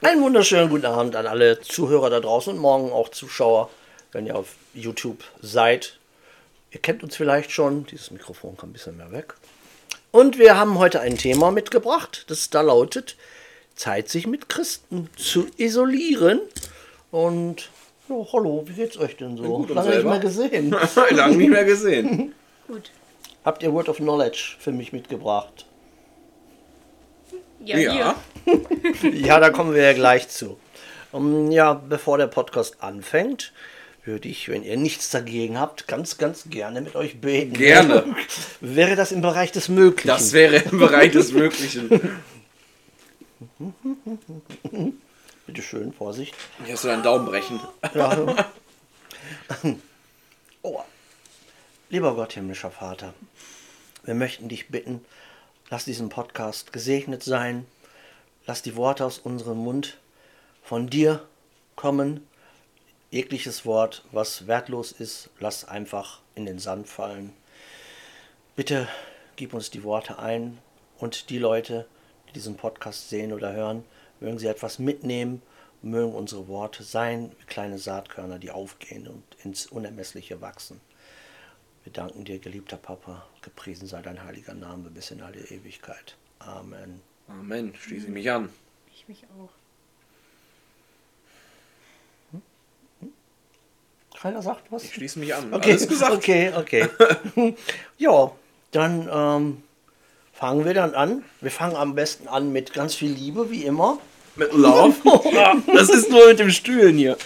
Einen wunderschönen guten Abend an alle Zuhörer da draußen und morgen auch Zuschauer, wenn ihr auf YouTube seid. Ihr kennt uns vielleicht schon, dieses Mikrofon kann ein bisschen mehr weg. Und wir haben heute ein Thema mitgebracht, das da lautet, Zeit sich mit Christen zu isolieren. Und ja, hallo, wie geht's euch denn so? Gut, Lange nicht mehr gesehen. Lange nicht mehr gesehen. Gut. Habt ihr Word of Knowledge für mich mitgebracht? Ja, Ja. Ja, da kommen wir ja gleich zu. Ja, bevor der Podcast anfängt, würde ich, wenn ihr nichts dagegen habt, ganz gerne mit euch beten. Gerne. Wäre das im Bereich des Möglichen? Das wäre im Bereich des Möglichen. Bitte schön, Vorsicht. Hier hast du deinen Daumen brechen. Ja. Oh. Lieber Gott, himmlischer Vater, wir möchten dich bitten, lass diesen Podcast gesegnet sein. Lass die Worte aus unserem Mund von dir kommen. Jegliches Wort, was wertlos ist, lass einfach in den Sand fallen. Bitte gib uns die Worte ein und die Leute, die diesen Podcast sehen oder hören, mögen sie etwas mitnehmen, mögen unsere Worte sein wie kleine Saatkörner, die aufgehen und ins Unermessliche wachsen. Wir danken dir, geliebter Papa, gepriesen sei dein heiliger Name bis in alle Ewigkeit. Amen. Amen, schließe ich mich an. Ich mich auch. Keiner sagt was? Ich schließe mich an. Okay, Alles gesagt. okay. Ja, dann fangen wir dann an. Wir fangen am besten an mit ganz viel Liebe, wie immer. Mit Love. Ja, das ist nur mit dem Stühlen hier.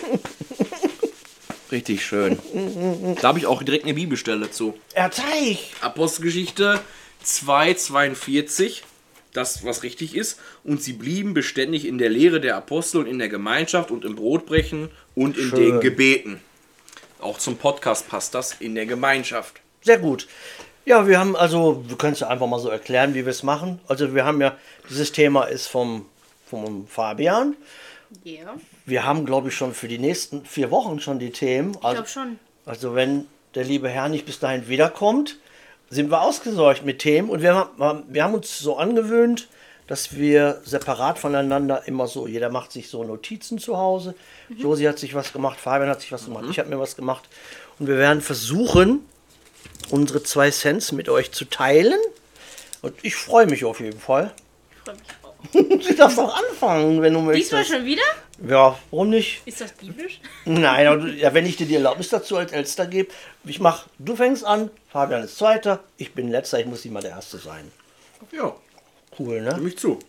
Richtig schön. Da habe ich auch direkt eine Bibelstelle zu. Erzeig! Apostelgeschichte 2,42. Das, was richtig ist. Und sie blieben beständig in der Lehre der Apostel und in der Gemeinschaft und im Brotbrechen und in Schön. den Gebeten. Auch zum Podcast passt das, in der Gemeinschaft. Sehr gut. Ja, wir können es ja einfach mal so erklären, wie wir es machen. Also wir haben ja, dieses Thema ist vom Fabian. Ja, Wir haben, glaube ich, schon für die nächsten 4 Wochen schon die Themen. ich glaube schon. Also wenn der liebe Herr nicht bis dahin wiederkommt, sind wir ausgesorgt mit Themen. Und wir haben uns so angewöhnt, dass wir separat voneinander immer so, jeder macht sich so Notizen zu Hause. Josi hat sich was gemacht, Fabian hat sich was gemacht, ich habe mir was gemacht. Und wir werden versuchen, unsere 2 Cents mit euch zu teilen. Und ich freue mich auf jeden Fall. Ich freue mich auch. Du darfst auch anfangen, wenn du möchtest. Diesmal schon wieder? Ja, warum nicht? Ist das biblisch? Nein, aber ja, wenn ich dir die Erlaubnis dazu als Ältester gebe, du fängst an, Fabian ist Zweiter, ich bin Letzter, ich muss immer der Erste sein. Ja, Cool, ne? für mich zu.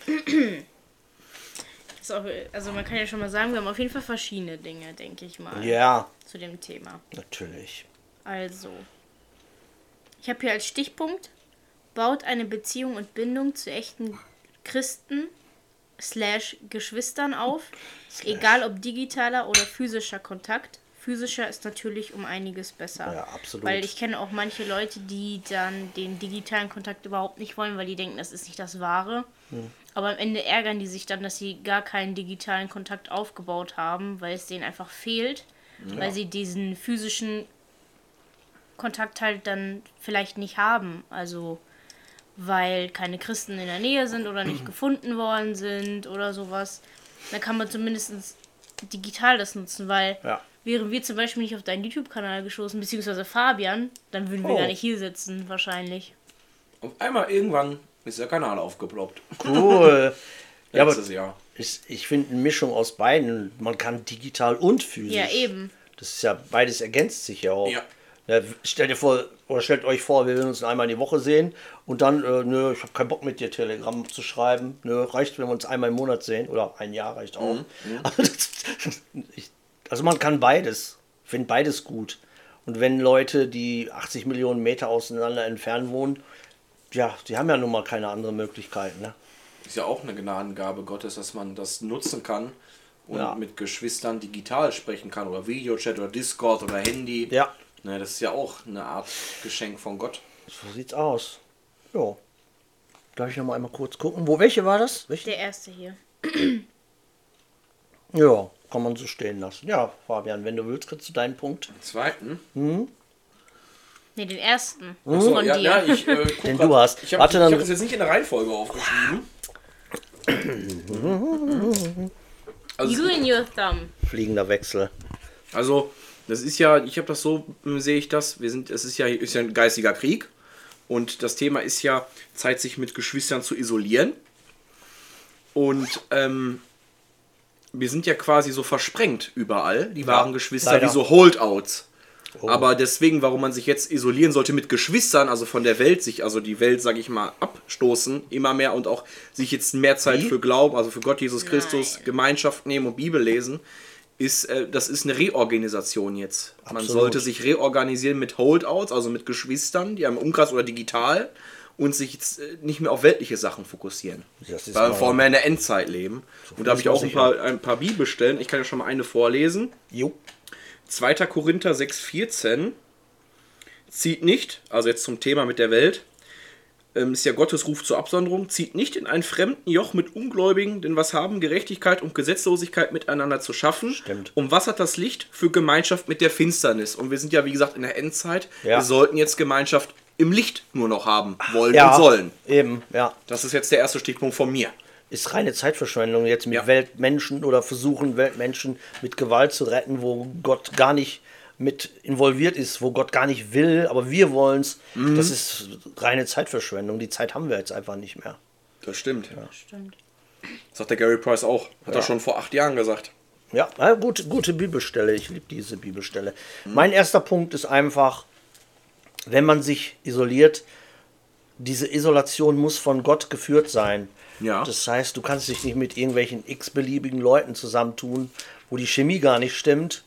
Ist auch, also man kann ja schon mal sagen, wir haben auf jeden Fall verschiedene Dinge, denke ich mal, Ja, zu dem Thema. natürlich. Also, ich habe hier als Stichpunkt, baut eine Beziehung und Bindung zu echten Christen / Geschwistern auf, egal ob digitaler oder physischer Kontakt. Physischer ist natürlich um einiges besser. Ja, absolut. Weil ich kenne auch manche Leute, die dann den digitalen Kontakt überhaupt nicht wollen, weil die denken, das ist nicht das Wahre. Aber am Ende ärgern die sich dann, dass sie gar keinen digitalen Kontakt aufgebaut haben, weil es denen einfach fehlt, weil sie diesen physischen Kontakt halt dann vielleicht nicht haben. Also weil keine Christen in der Nähe sind oder nicht gefunden worden sind oder sowas. Dann kann man zumindest digital das nutzen, weil Ja. wären wir zum Beispiel nicht auf deinen YouTube-Kanal gestoßen, beziehungsweise Fabian, dann würden wir Oh. gar nicht hier sitzen, wahrscheinlich. Auf einmal irgendwann ist der Kanal aufgeploppt. Cool. Ja, aber Letztes Jahr. ich finde eine Mischung aus beiden. Man kann digital und physisch. Ja, eben. Das ist ja, beides ergänzt sich ja auch. Ja. Ja, stellt euch vor, wir würden uns einmal die Woche sehen und dann, nö, ich habe keinen Bock mit dir Telegramm zu schreiben. Nö, reicht, wenn wir uns einmal im Monat sehen oder ein Jahr reicht auch. Also man kann beides. Ich finde beides gut. Und wenn Leute, die 80 Millionen Meter auseinander entfernt wohnen, ja, die haben ja nun mal keine andere Möglichkeit, ne? Ist ja auch eine Gnadengabe Gottes, dass man das nutzen kann und Ja. mit Geschwistern digital sprechen kann oder Videochat oder Discord oder Handy. Ja, Ne, das ist ja auch eine Art Geschenk von Gott. so sieht's aus. Ja. Darf ich noch mal einmal kurz gucken? Welche war das? Welche? Der erste hier. Ja, kann man so stehen lassen. Ja, Fabian, wenn du willst, kriegst du deinen Punkt. Den zweiten. Ne, den ersten. Achso, Von ja, dir. ja, ich guck Den grad. du hast. Ich habe Warte, dann- das jetzt nicht in der Reihenfolge aufgeschrieben. Also, You and your thumb. Fliegender Wechsel. Also, das ist ja, ich habe das so, sehe ich das, es ist ja ein geistiger Krieg und das Thema ist ja, Zeit sich mit Geschwistern zu isolieren und wir sind ja quasi so versprengt überall, die wahren Geschwister, leider. wie so Holdouts. Oh. Aber deswegen, warum man sich jetzt isolieren sollte mit Geschwistern, also von der Welt sich, also die Welt, sage ich mal, abstoßen, immer mehr und auch sich jetzt mehr Zeit für Glauben, also für Gott, Jesus Christus, Nein. Gemeinschaft nehmen und Bibel lesen, das ist eine Reorganisation jetzt. Man Absolut. sollte sich reorganisieren mit Holdouts, also mit Geschwistern, die haben im Umkreis oder digital und sich jetzt nicht mehr auf weltliche Sachen fokussieren. Das ist Weil wir mal- vor allem mehr in der Endzeit leben. Und da habe ich auch muss ein paar Bibelstellen. Ich kann ja schon mal eine vorlesen. Jo. 2. Korinther 6,14 zieht nicht, also jetzt zum Thema mit der Welt, ist ja Gottes Ruf zur Absonderung, zieht nicht in einen fremden Joch mit Ungläubigen, denn was haben Gerechtigkeit und Gesetzlosigkeit miteinander zu schaffen? Stimmt. Und was hat das Licht für Gemeinschaft mit der Finsternis? Und wir sind ja, wie gesagt, in der Endzeit. Ja. Wir sollten jetzt Gemeinschaft im Licht nur noch haben wollen Ja, und sollen. eben, ja. Das ist jetzt der erste Stichpunkt von mir. Ist reine Zeitverschwendung jetzt mit Ja. Weltmenschen oder versuchen Weltmenschen mit Gewalt zu retten, wo Gott gar nicht mit involviert ist, wo Gott gar nicht will, aber wir wollen es. Das ist reine Zeitverschwendung. Die Zeit haben wir jetzt einfach nicht mehr. Das stimmt. Stimmt. Sagt der Gary Price auch. Hat er schon vor 8 Jahren gesagt. Ja, gute Bibelstelle. Ich liebe diese Bibelstelle. Mein erster Punkt ist einfach, wenn man sich isoliert, diese Isolation muss von Gott geführt sein. Ja. Das heißt, du kannst dich nicht mit irgendwelchen x-beliebigen Leuten zusammentun, wo die Chemie gar nicht stimmt.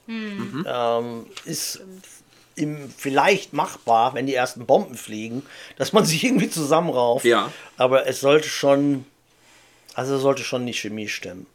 Ist vielleicht machbar, wenn die ersten Bomben fliegen, dass man sich irgendwie zusammenrauft. Ja. Aber es sollte schon, sollte schon die Chemie stimmen.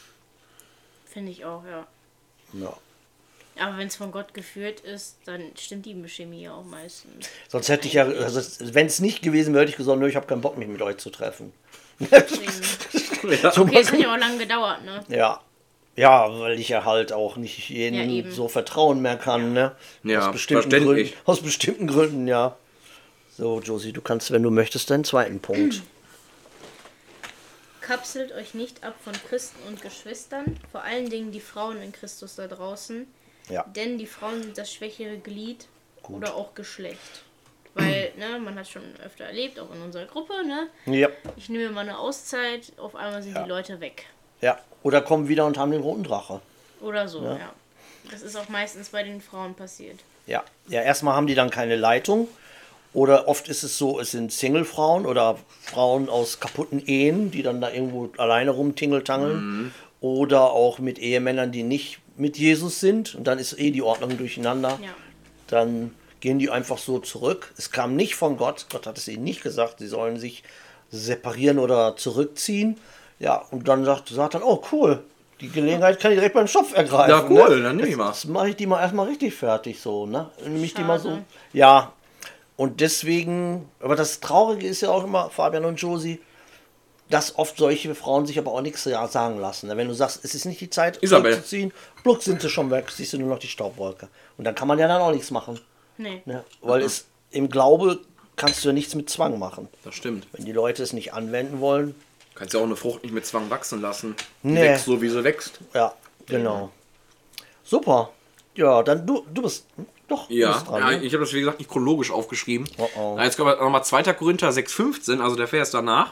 Finde ich auch, ja. Ja. Aber wenn es von Gott geführt ist, dann stimmt die Chemie auch meistens. Sonst hätte ich ja, wenn es nicht gewesen wäre, hätte ich gesagt, nö, ich habe keinen Bock, mich mit euch zu treffen. Deswegen. Ja. So Okay, es hat ja auch lange gedauert, ne? Ja. Ja, weil ich ja halt auch nicht Ja, jedem eben. so vertrauen mehr kann, ne? Ja, aus bestimmten verständlich. Gründen. Aus bestimmten Gründen, ja. So, Josie, du kannst, wenn du möchtest, deinen zweiten Punkt. Kapselt euch nicht ab von Christen und Geschwistern, vor allen Dingen die Frauen in Christus da draußen, Ja. denn die Frauen sind das schwächere Glied Gut. oder auch Geschlecht. Weil, ne, man hat schon öfter erlebt, auch in unserer Gruppe, ne? Ja. Ich nehme mal eine Auszeit, auf einmal sind Ja. die Leute weg. Ja. Oder kommen wieder und haben den roten Drache. Oder so, ja. Das ist auch meistens bei den Frauen passiert. Ja. Ja, erstmal haben die dann keine Leitung. Oder oft ist es so, es sind Single-Frauen oder Frauen aus kaputten Ehen, die dann da irgendwo alleine rumtingeltangeln. Oder auch mit Ehemännern, die nicht mit Jesus sind. Und dann ist die Ordnung durcheinander. Ja. Dann gehen die einfach so zurück. Es kam nicht von Gott. Gott hat es ihnen nicht gesagt. Sie sollen sich separieren oder zurückziehen. Ja, und dann sagt Satan, oh cool, die Gelegenheit kann ich direkt beim Schopf ergreifen. Ja, cool, ne? dann nehm ich mal. Das mache ich die mal erstmal richtig fertig so, ne? Nehme ich die mal so. Schade. Ja, und deswegen, aber das Traurige ist ja auch immer, Fabian und Josie, dass oft solche Frauen sich aber auch nichts sagen lassen. Wenn du sagst, es ist nicht die Zeit, Isabel. zurückzuziehen, pluck, sind sie schon weg, siehst du nur noch die Staubwolke. Und dann kann man ja dann auch nichts machen. Nee. Ne? Weil es im Glaube kannst du ja nichts mit Zwang machen. Das stimmt. Wenn die Leute es nicht anwenden wollen, Kannst ja auch eine Frucht nicht mit Zwang wachsen lassen. Die Nee. wächst so, wie sie wächst. ja, genau. Super. Ja, dann du bist, du Ja, bist dran. ja ne? ich habe das wie gesagt nicht chronologisch aufgeschrieben. Oh. Na, jetzt kommen wir nochmal 2. Korinther 6,15, also der Vers danach.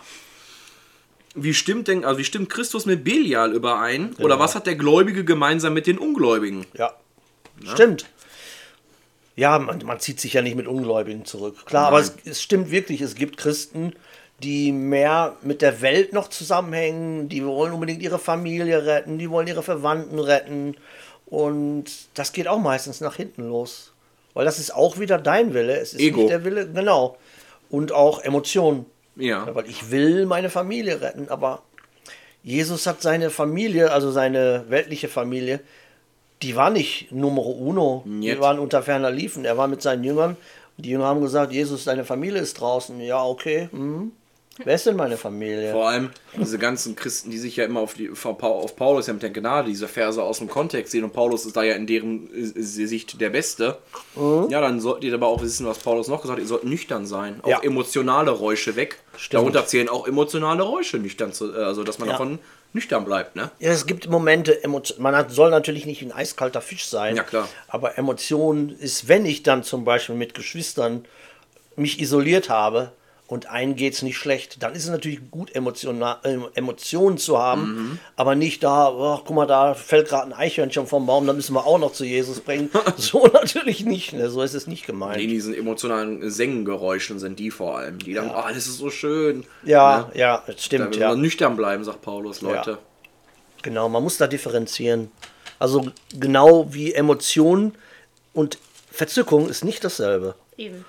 Wie stimmt Christus mit Belial überein? Genau. Oder was hat der Gläubige gemeinsam mit den Ungläubigen? Ja, stimmt. Ja, man zieht sich ja nicht mit Ungläubigen zurück. Klar, aber es stimmt wirklich, es gibt Christen, die mehr mit der Welt noch zusammenhängen, die wollen unbedingt ihre Familie retten, die wollen ihre Verwandten retten. Und das geht auch meistens nach hinten los. Weil das ist auch wieder dein Wille, es ist Ego. nicht der Wille, genau. Und auch Emotionen. Ja. Ja, weil ich will meine Familie retten, aber Jesus hat seine Familie, also seine weltliche Familie, die war nicht Numero uno. Niet. Die waren unter ferner Liefen. Er war mit seinen Jüngern. Und die Jünger haben gesagt, Jesus, deine Familie ist draußen. Ja, okay. Wer ist denn meine Familie? Vor allem diese ganzen Christen, die sich ja immer auf Paulus ja mit der Gnade, diese Verse aus dem Kontext sehen und Paulus ist da ja in deren Sicht der Beste. Ja, dann solltet ihr aber auch wissen, was Paulus noch gesagt hat, ihr sollt nüchtern sein. Auch Ja. emotionale Räusche weg. Stimmt. Darunter zählen auch emotionale Räusche nüchtern zu, also dass man davon nüchtern bleibt, ne? Ja, es gibt Momente, soll natürlich nicht ein eiskalter Fisch sein. Ja, klar. Aber Emotion ist, wenn ich dann zum Beispiel mit Geschwistern mich isoliert habe und einen geht's nicht schlecht, dann ist es natürlich gut, Emotionen zu haben, aber nicht da, oh, guck mal, da fällt gerade ein Eichhörnchen vom Baum, dann müssen wir auch noch zu Jesus bringen. So natürlich nicht, ne? So ist es nicht gemeint. In diesen emotionalen Sengengeräuschen sind die vor allem, die dann, oh, das ist so schön. Ja, Ne? ja, das Da stimmt, will ja. man nüchtern bleiben, sagt Paulus, Leute. Genau, man muss da differenzieren. Also genau wie Emotion und Verzückung ist nicht dasselbe. Eben.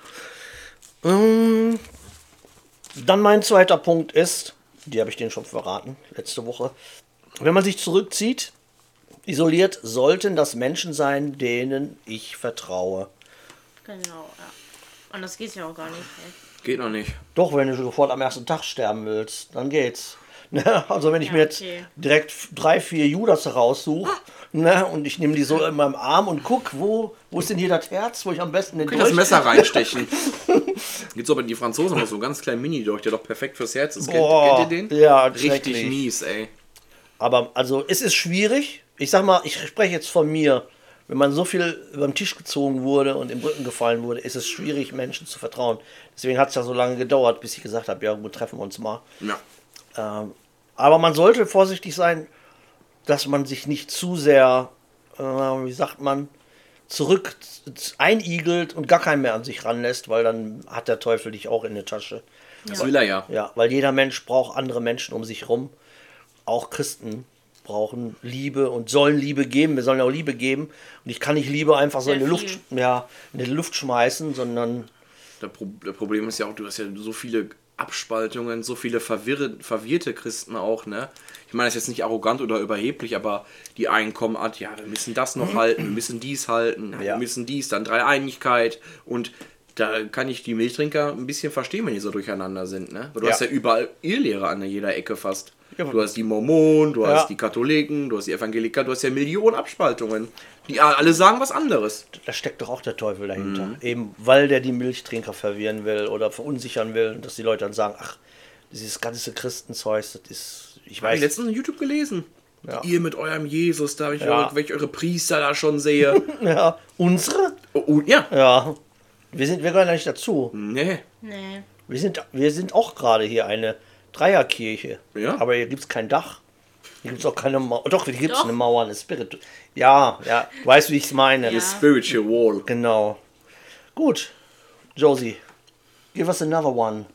Dann mein zweiter Punkt ist, die habe ich denen schon verraten, letzte Woche. Wenn man sich zurückzieht, isoliert, sollten das Menschen sein, denen ich vertraue. Genau, ja. Und das geht ja auch gar nicht. Ey. Geht noch nicht. Doch, wenn du sofort am ersten Tag sterben willst, dann geht's. Ne? Also wenn ich mir jetzt okay. direkt 3, 4 Judas raussuche, ne? Und ich nehme die so in meinem Arm und guck, wo ist denn hier das Herz, wo ich am besten den Könnt das Messer reinstechen. Gibt's aber die Franzosen noch so einen ganz kleinen Mini-Dolch, der doch perfekt fürs Herz ist. Boah, Kennt ihr den? ja, Richtig schrecklich. mies, ey. Aber also es ist schwierig. Ich sag mal, ich spreche jetzt von mir. Wenn man so viel über den Tisch gezogen wurde und im Rücken gefallen wurde, ist es schwierig, Menschen zu vertrauen. Deswegen hat es ja so lange gedauert, bis ich gesagt habe, ja gut, treffen wir uns mal. Ja. Aber man sollte vorsichtig sein, dass man sich nicht zu sehr, wie sagt man, zurück einigelt und gar keinen mehr an sich ranlässt, weil dann hat der Teufel dich auch in der Tasche. Das will er ja. Ja, weil jeder Mensch braucht andere Menschen um sich rum. Auch Christen brauchen Liebe und sollen Liebe geben. Wir sollen auch Liebe geben. Und ich kann nicht Liebe einfach so Sehr in die Luft, viel. in die Luft schmeißen, sondern Das Problem ist ja auch, du hast ja so viele Abspaltungen, so viele verwirrte Christen auch, ne? Ich meine, das ist jetzt nicht arrogant oder überheblich, aber die einen kommen an, ja, wir müssen das noch halten, wir müssen dies halten, Ja. wir müssen dies, dann Dreieinigkeit und da kann ich die Milchtrinker ein bisschen verstehen, wenn die so durcheinander sind, ne? Weil du hast ja überall Irrlehrer an jeder Ecke fast. Ja. Du hast die Mormonen, du Ja. hast die Katholiken, du hast die Evangeliker, du hast ja Millionen Abspaltungen. Die alle sagen was anderes. da steckt doch auch der Teufel dahinter. Eben weil der die Milchtrinker verwirren will oder verunsichern will, dass die Leute dann sagen, ach, dieses ganze Christenzeug, das ist, ich Habe ich weiß, letztens in YouTube gelesen. Ja. Ihr mit eurem Jesus, da habe ich Ja. welche eure Priester da schon sehe. ja, unsere? Oh, ja. Ja, wir gehören ja nicht dazu. Nee. Nee. Wir sind auch gerade hier eine Dreierkirche. Ja. Aber hier gibt es kein Dach. Hier gibt es auch keine Mauer. Doch, hier gibt es Doch. eine Mauer, eine Spirit. Ja, ja, weißt wie ich es meine. Ja. Spiritual Wall. Genau. Gut, Josie, give us another one.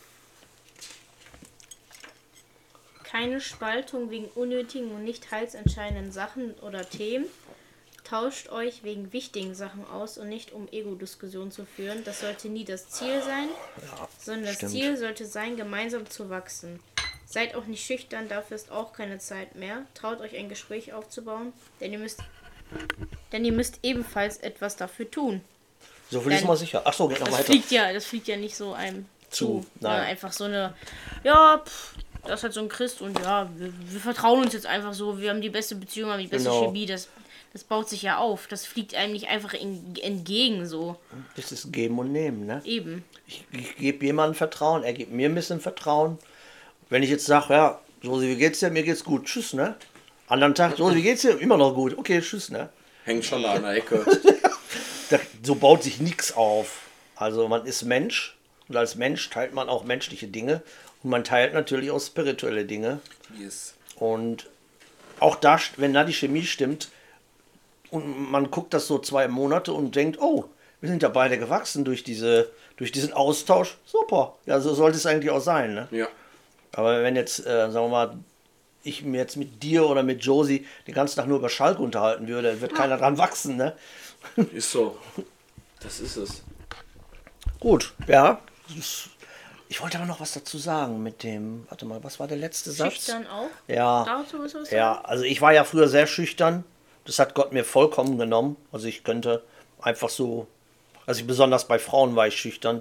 Keine Spaltung wegen unnötigen und nicht heilsentscheidenden Sachen oder Themen. Tauscht euch wegen wichtigen Sachen aus und nicht um Ego-Diskussionen zu führen. Das sollte nie das Ziel sein, sondern das stimmt. Ziel sollte sein, gemeinsam zu wachsen. Seid auch nicht schüchtern, dafür ist auch keine Zeit mehr. Traut euch ein Gespräch aufzubauen, denn ihr müsst ebenfalls etwas dafür tun. So viel ist Nein. mal sicher. Ach so, geht noch Das weiter. fliegt ja nicht so einem Zu, zu. nein. Ne? Einfach so eine, ja, das ist halt so ein Christ und ja, wir vertrauen uns jetzt einfach so, wir haben die beste Beziehung, haben die beste Genau. Chemie, das baut sich ja auf. Das fliegt einem nicht einfach entgegen so. Das ist Geben und Nehmen, ne? Eben. Ich gebe jemandem Vertrauen, er gibt mir ein bisschen Vertrauen. Wenn ich jetzt sage, ja, Josie, wie geht's dir? Mir geht's gut, tschüss, ne? Anderen Tag, Josie, wie geht's dir? Immer noch gut, okay, tschüss, ne? Hängt schon da an der Ecke. So baut sich nichts auf. Also man ist Mensch und als Mensch teilt man auch menschliche Dinge und man teilt natürlich auch spirituelle Dinge. Yes. Und auch da, wenn da die Chemie stimmt und man guckt das so 2 Monate und denkt, oh, wir sind ja beide gewachsen durch diesen Austausch, super. Ja, so sollte es eigentlich auch sein, ne? Ja. Aber wenn jetzt, sagen wir mal, ich mir jetzt mit dir oder mit Josie den ganzen Tag nur über Schalke unterhalten würde, dann wird keiner dran wachsen, ne? Ist so. Das ist es. Gut, ja. Ich wollte aber noch was dazu sagen mit dem, warte mal, was war der letzte Satz? Schüchtern auch. Ja, Dazu was sagen? ja, also ich war ja früher sehr schüchtern. Das hat Gott mir vollkommen genommen. Also ich könnte einfach so, also besonders bei Frauen war ich schüchtern.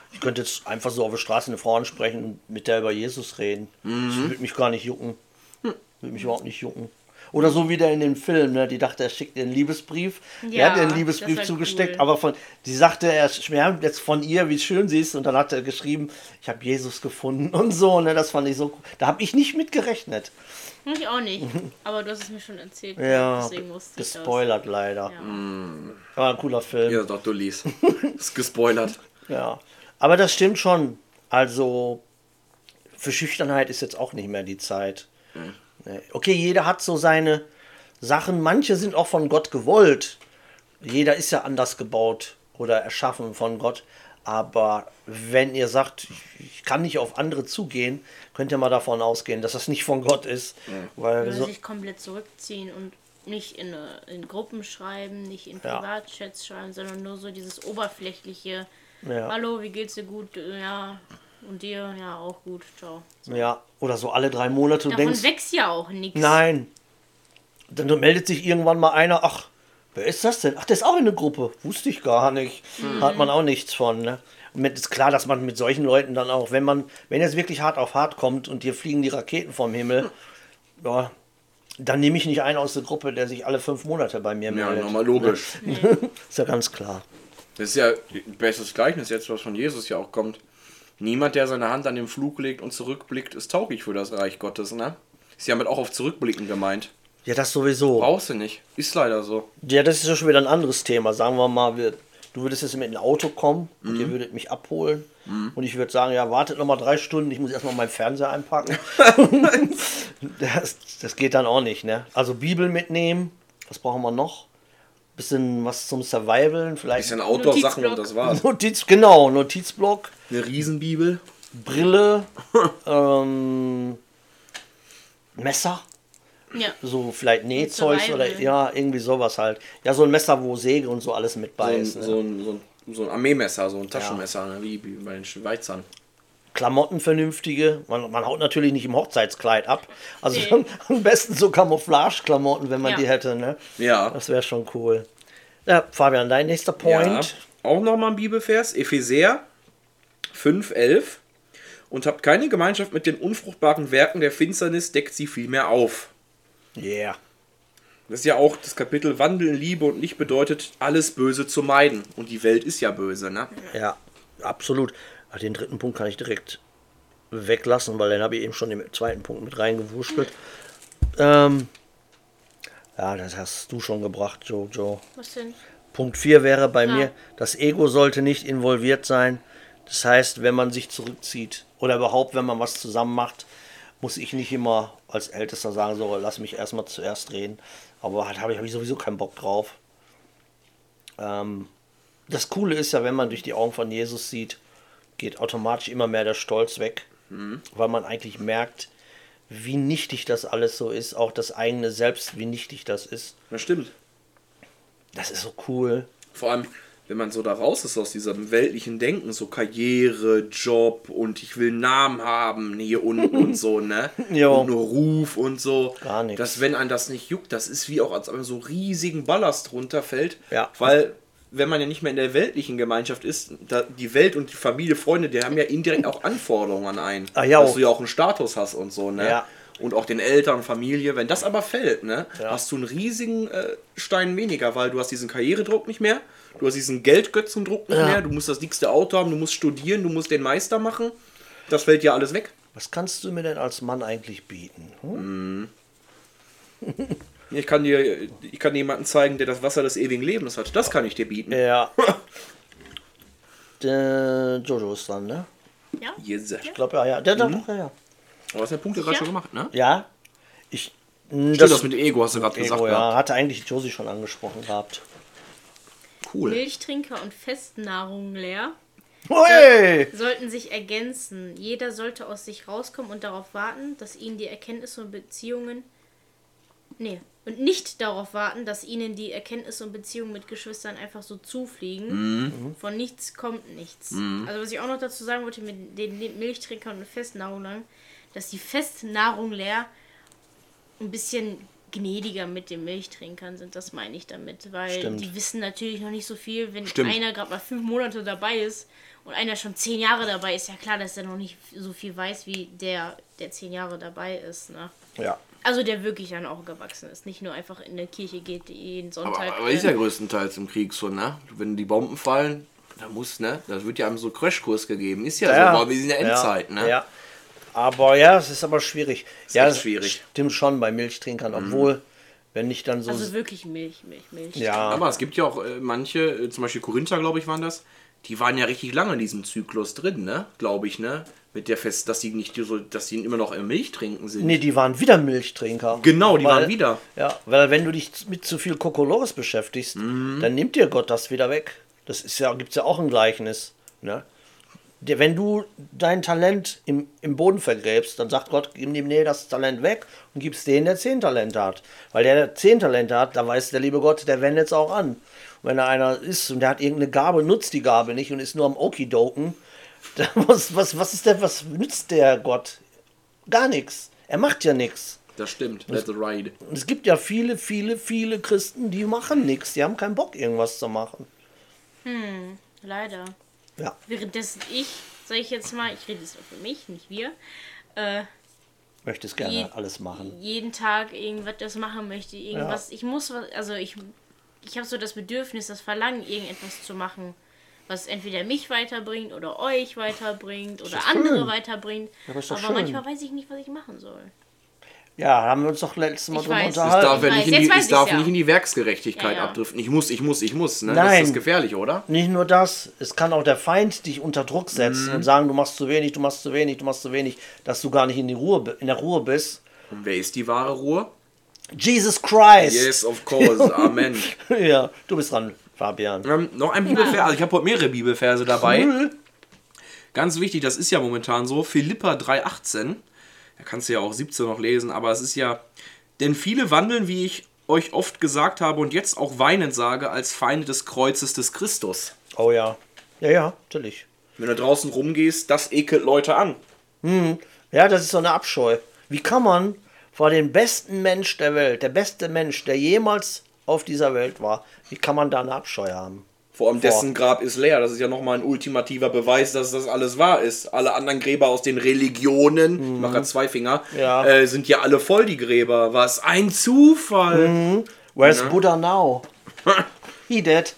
Ich könnte jetzt einfach so auf der Straße eine Frau ansprechen und mit der über Jesus reden. Das würde mich gar nicht jucken. Würde mich überhaupt nicht jucken. Oder so wie der in dem Film, ne? Die dachte, er schickt ihr einen Liebesbrief. Ja, Er hat ihr einen das Liebesbrief war zugesteckt, cool. aber die sagte, er schwärmt jetzt von ihr, wie schön sie ist. Und dann hat er geschrieben, ich habe Jesus gefunden und so. Ne? Das fand ich so cool. Da habe ich nicht mit gerechnet. Ich auch nicht. Aber du hast es mir schon erzählt. Ja, Deswegen wusste ich das. gespoilert leider. Ja. War ein cooler Film. Ja, doch, du liest. Ist gespoilert. Ja, aber das stimmt schon. Also für Schüchternheit ist jetzt auch nicht mehr die Zeit. Nee. Okay, jeder hat so seine Sachen. Manche sind auch von Gott gewollt. Jeder ist ja anders gebaut oder erschaffen von Gott. Aber wenn ihr sagt, ich kann nicht auf andere zugehen, könnt ihr mal davon ausgehen, dass das nicht von Gott ist. Weil Oder so, sich komplett zurückziehen und nicht in Gruppen schreiben, nicht in Privatchats schreiben, sondern nur so dieses oberflächliche. Ja. Hallo, wie geht's dir gut? Ja. Und dir? Ja, auch gut. Ciao. ja, oder so alle 3 Monate. Du Davon denkst, wächst ja auch nichts. nein. Dann meldet sich irgendwann mal einer, ach, wer ist das denn? Ach, der ist auch in der Gruppe. Wusste ich gar nicht. Hat man auch nichts von, ne? Und ist klar, dass man mit solchen Leuten dann auch, wenn es wirklich hart auf hart kommt und dir fliegen die Raketen vom Himmel, ja, dann nehme ich nicht einen aus der Gruppe, der sich alle 5 Monate bei mir Ja, meldet. nochmal logisch. Ist ja ganz klar. Das ist ja ein bestes Gleichnis jetzt, was von Jesus ja auch kommt. Niemand, der seine Hand an den Flug legt und zurückblickt, ist tauglich für das Reich Gottes, ne? Ist ja mit auch auf Zurückblicken gemeint. Ja, das sowieso. Brauchst du nicht. Ist leider so. Ja, das ist ja schon wieder ein anderes Thema. Sagen wir mal, du würdest jetzt mit einem Auto kommen und ihr würdet mich abholen. Und ich würde sagen, ja, wartet noch mal 3 Stunden, ich muss erstmal meinen Fernseher einpacken. das geht dann auch nicht, ne? Also Bibel mitnehmen, was brauchen wir noch? Bisschen was zum Survivalen, vielleicht Bisschen Outdoor-Sachen und das war's. Notizblock, Eine Riesenbibel. Brille, Messer. Ja. So vielleicht Nähzeug oder Survival. ja, irgendwie sowas halt. Ja, so ein Messer, wo Säge und so alles mit bei ist. Ne? So ein Armeemesser, so ein Taschenmesser, ne? Wie bei den Schweizern. Klamotten vernünftige. Man haut natürlich nicht im Hochzeitskleid ab. Also Nee. am besten so Camouflage-Klamotten, wenn man Ja. die hätte. Ne? Ja. Das wäre schon cool. Ja, Fabian, dein nächster Point. Ja. Auch nochmal ein Bibelvers. Epheser 5,11. Und habt keine Gemeinschaft mit den unfruchtbaren Werken der Finsternis, deckt sie vielmehr auf. Yeah. Das ist ja auch das Kapitel Wandel in Liebe und nicht bedeutet, alles Böse zu meiden. Und die Welt ist ja böse, ne? Ja, absolut. Ach, den 3. Punkt kann ich direkt weglassen, weil den habe ich eben schon im 2. Punkt mit reingewurschtelt. Ja, das hast du schon gebracht, Jojo. Was denn? Punkt 4 wäre bei Ja. mir, das Ego sollte nicht involviert sein. Das heißt, wenn man sich zurückzieht oder überhaupt, wenn man was zusammen macht, muss ich nicht immer als Ältester sagen, so, lass mich erstmal zuerst reden. Aber hab ich sowieso keinen Bock drauf. Das Coole ist ja, wenn man durch die Augen von Jesus sieht, geht automatisch immer mehr der Stolz weg, weil man eigentlich merkt, wie nichtig das alles so ist, auch das eigene Selbst, wie nichtig das ist. Das stimmt. Das ist so cool. Vor allem, wenn man so da raus ist aus diesem weltlichen Denken, so Karriere, Job und ich will einen Namen haben hier unten und so, ne? Jo. Und nur Ruf und so. Gar nichts. Dass, wenn einem das nicht juckt, das ist wie auch, als ob man so riesigen Ballast runterfällt. Ja. Weil, wenn man ja nicht mehr in der weltlichen Gemeinschaft ist, die Welt und die Familie, Freunde, die haben ja indirekt auch Anforderungen an einen. Ah, ja, dass auch. du ja auch einen Status hast und so, ne? Ja. Und auch den Eltern, Familie. Wenn das aber fällt, ne, Ja. hast du einen riesigen Stein weniger, weil du hast diesen Karrieredruck nicht mehr, du hast diesen Geldgötzendruck nicht Ja. mehr, du musst das dickste Auto haben, du musst studieren, du musst den Meister machen. Das fällt ja alles weg. Was kannst du mir denn als Mann eigentlich bieten? Ich kann dir jemanden zeigen, der das Wasser des ewigen Lebens hat. Das kann ich dir bieten. Ja. Der Jojo ist dran, ne? Ja? Yes. Ich glaube, ja. Der doch, ja. Aber hast du den Punkt ja gerade Ja. schon gemacht, ne? Ja. Ich. Stimmt, das mit dem Ego hast du gerade gesagt. Ego, ja. gehabt. Hatte eigentlich Josie schon angesprochen gehabt. Cool. Milchtrinker und Festnahrung leer Hey! sollten sich ergänzen. Jeder sollte aus sich rauskommen und darauf warten, dass ihnen die Erkenntnisse und Beziehungen. Nee, und nicht darauf warten, dass ihnen die Erkenntnisse und Beziehungen mit Geschwistern einfach so zufliegen. Von nichts kommt nichts. Also was ich auch noch dazu sagen wollte mit den Milchtrinkern und Festnahrung lang, dass die Festnahrung leer ein bisschen gnädiger mit den Milchtrinkern sind, das meine ich damit. Weil Stimmt. die wissen natürlich noch nicht so viel. Wenn Stimmt. einer gerade mal 5 Monate dabei ist und einer schon 10 Jahre dabei ist, ja klar, dass er noch nicht so viel weiß, wie der 10 Jahre dabei ist. Ne? Ja. Also der wirklich dann auch gewachsen ist. Nicht nur einfach in der Kirche geht jeden Sonntag. Aber ist ja größtenteils im Krieg so, ne? Wenn die Bomben fallen, da muss, ne? Das wird ja einem so Crashkurs gegeben. Ist ja, so, aber wir sind in der Endzeit, ne? Ja. Aber ja, es ist aber schwierig. echt Es schwierig. Stimmt schon bei Milchtrinkern, obwohl, wenn ich dann so... Also wirklich Milch. ja, Aber es gibt ja auch manche, zum Beispiel Korinther, glaube ich, waren das, die waren ja richtig lange in diesem Zyklus drin, ne? Glaube ich, ne? Mit der Fest, dass die nicht so, dass die immer noch Milch trinken sind. nee, die waren wieder Milchtrinker. Genau, die waren wieder. Ja, weil wenn du dich mit zu viel Kokolores beschäftigst, dann nimmt dir Gott das wieder weg. Das ist ja, gibt's ja auch ein Gleichnis. Ne? Wenn du dein Talent im Boden vergräbst, dann sagt Gott, gib ihm das Talent weg und gibst den, der 10 Talente hat. Weil der 10 Talente hat, da weiß der liebe Gott, der wendet es auch an. Und wenn da einer ist und der hat irgendeine Gabe, nutzt die Gabe nicht und ist nur am Okidoken, was nützt der Gott? Gar nichts. Er macht ja nichts. Das stimmt, that's right. Und es gibt ja viele Christen, die machen nichts. Die haben keinen Bock, irgendwas zu machen. Leider. Ja. Währenddessen sage ich jetzt mal, ich rede jetzt auch für mich, nicht wir, Möchtest gerne alles machen. jeden Tag irgendwas das machen möchte, irgendwas, ich muss was, also ich habe so das Bedürfnis, das Verlangen, irgendetwas zu machen, was entweder mich weiterbringt oder euch weiterbringt oder andere schön. weiterbringt, aber ist doch aber schön. manchmal weiß ich nicht, was ich machen soll. Ja, haben wir uns doch letztes Mal Ich drüber weiß. Es darf, unterhalten. ja weiß, nicht, jetzt weiß es darf ich's ja. nicht in die Werksgerechtigkeit Ja, ja. abdriften. Ich muss, ne? Das Nein. ist gefährlich, oder? Nicht nur das, es kann auch der Feind dich unter Druck setzen und sagen, du machst zu wenig, dass du gar nicht in der Ruhe bist. Und wer ist die wahre Ruhe? Jesus Christ! Yes, of course. Amen. Ja, du bist dran, Fabian. Noch ein Bibelvers. Also ich habe heute mehrere Bibelverse dabei. Ganz wichtig, das ist ja momentan so. Philipper 3,18. Da kannst du ja auch 17 noch lesen, aber es ist ja... Denn viele wandeln, wie ich euch oft gesagt habe und jetzt auch weinend sage, als Feinde des Kreuzes des Christus. Oh ja. Ja, natürlich. Wenn du draußen rumgehst, das ekelt Leute an. Ja, das ist so eine Abscheu. Wie kann man vor dem besten Mensch der Welt, der beste Mensch, der jemals auf dieser Welt war, wie kann man da eine Abscheu haben? Vor allem dessen Grab ist leer. Das ist ja nochmal ein ultimativer Beweis, dass das alles wahr ist. Alle anderen Gräber aus den Religionen, ich mache gerade 2 Finger, Ja. sind ja alle voll, die Gräber. Was ein Zufall. Where's Buddha now? He dead.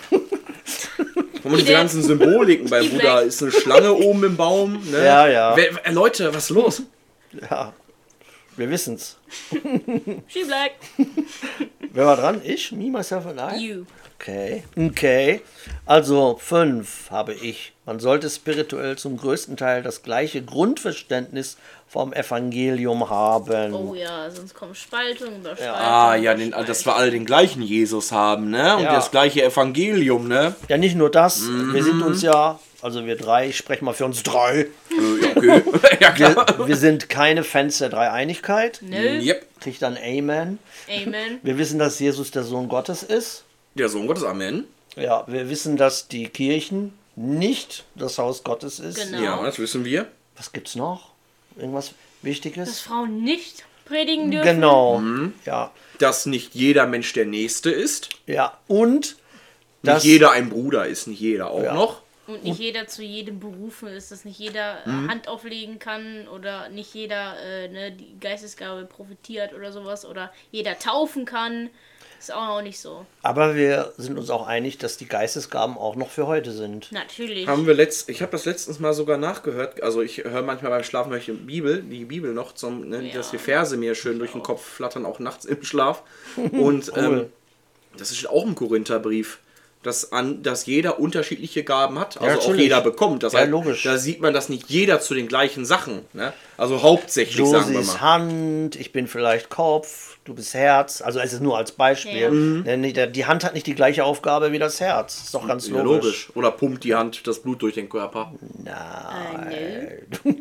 Und diese ganzen Symboliken bei Buddha. Ist eine Schlange oben im Baum. Ne? Ja. Leute, was ist los? Ja, wir wissen's. She black. Wer war dran? Ich? Me, myself and I? You. Okay. Also 5 habe ich. Man sollte spirituell zum größten Teil das gleiche Grundverständnis vom Evangelium haben. Oh ja, sonst kommen Spaltungen über Spaltungen. Ja, dass wir alle den gleichen Jesus haben, ne? Und Ja. das gleiche Evangelium, ne? Ja, nicht nur das. Wir sind uns ja, also wir 3, ich spreche mal für uns 3. Okay. Ja, klar. Wir sind keine Fans der Dreieinigkeit. Nö. Yep. Kriegt dann Amen. Amen. Wir wissen, dass Jesus der Sohn Gottes ist. Der Sohn Gottes, Amen. Ja, wir wissen, dass die Kirchen nicht das Haus Gottes ist. Genau. Ja, das wissen wir. Was gibt's noch? Irgendwas Dass Wichtiges? Frauen nicht predigen dürfen. Genau. Ja. Dass nicht jeder Mensch der Nächste ist. Ja. Und Nicht dass jeder ein Bruder ist, nicht jeder auch Ja. noch. Und nicht jeder zu jedem berufen ist, dass nicht jeder Hand auflegen kann oder nicht jeder die Geistesgabe profitiert oder sowas oder jeder taufen kann. Ist auch nicht so. aber wir sind uns auch einig, dass die Geistesgaben auch noch für heute sind. Natürlich. Ich habe das letztens mal sogar nachgehört. Also ich höre manchmal beim Schlafen die Bibel noch, dass die Verse mir schön durch den Kopf flattern, auch nachts im Schlaf. Und Cool. das ist auch im Korintherbrief, dass jeder unterschiedliche Gaben hat, also auch natürlich. jeder bekommt. Das Ja, heißt, logisch. Da sieht man, dass nicht jeder zu den gleichen Sachen, ne? Also hauptsächlich, Josi sagen wir ist mal. Hand, ich bin vielleicht Kopf, du bist Herz. Also es ist nur als Beispiel. Ja. Denn die Hand hat nicht die gleiche Aufgabe wie das Herz. Ist doch ganz Ja, logisch. Oder pumpt die Hand das Blut durch den Körper. Nein.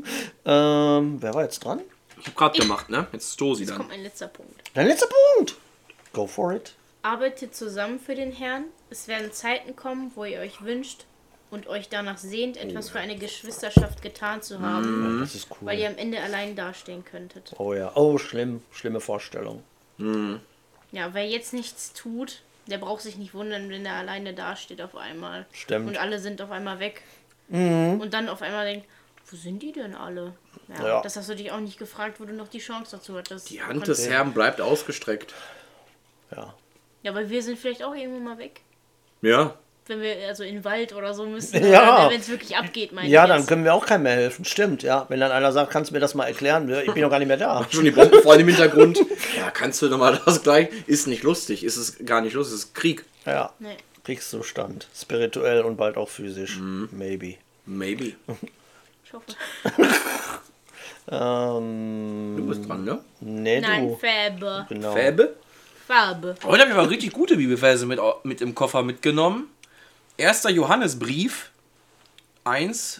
Wer war jetzt dran? Ich habe gerade gemacht, ne? Jetzt ist Josi Jetzt dann. kommt mein letzter Punkt. Dein letzter Punkt. Go for it. Arbeitet zusammen für den Herrn. Es werden Zeiten kommen, wo ihr euch wünscht und euch danach sehnt, etwas für eine Geschwisterschaft getan zu haben, Das ist cool. weil ihr am Ende allein dastehen könntet. Oh ja. Oh, schlimm. Schlimme Vorstellung. Ja, wer jetzt nichts tut, der braucht sich nicht wundern, wenn er alleine dasteht auf einmal. Stimmt. Und alle sind auf einmal weg. Und dann auf einmal denkt, wo sind die denn alle? Ja. Das hast du dich auch nicht gefragt, wo du noch die Chance dazu hattest. Die Hand des Herrn bleibt ausgestreckt. Ja. Ja, aber wir sind vielleicht auch irgendwo mal weg. Ja. Wenn wir also in den Wald oder so müssen. Ja. Wenn es wirklich abgeht, meine Ja, ich dann jetzt. können wir auch keinem mehr helfen. Stimmt, ja. Wenn dann einer sagt, kannst du mir das mal erklären? Ich bin doch gar nicht mehr da. Schon die Bombenfreunde im Hintergrund. Ja, kannst du nochmal das gleich? Ist nicht lustig. Ist es gar nicht lustig. Es ist Krieg. Ja. Nee. Kriegszustand. Spirituell und bald auch physisch. Maybe. Maybe. Ich hoffe. Du bist dran, ne? Nee, Nein, du. Farbe. Genau. Fäbe? Farbe. Heute habe ich aber richtig gute Bibelverse mit im Koffer mitgenommen. 1. Johannesbrief 1.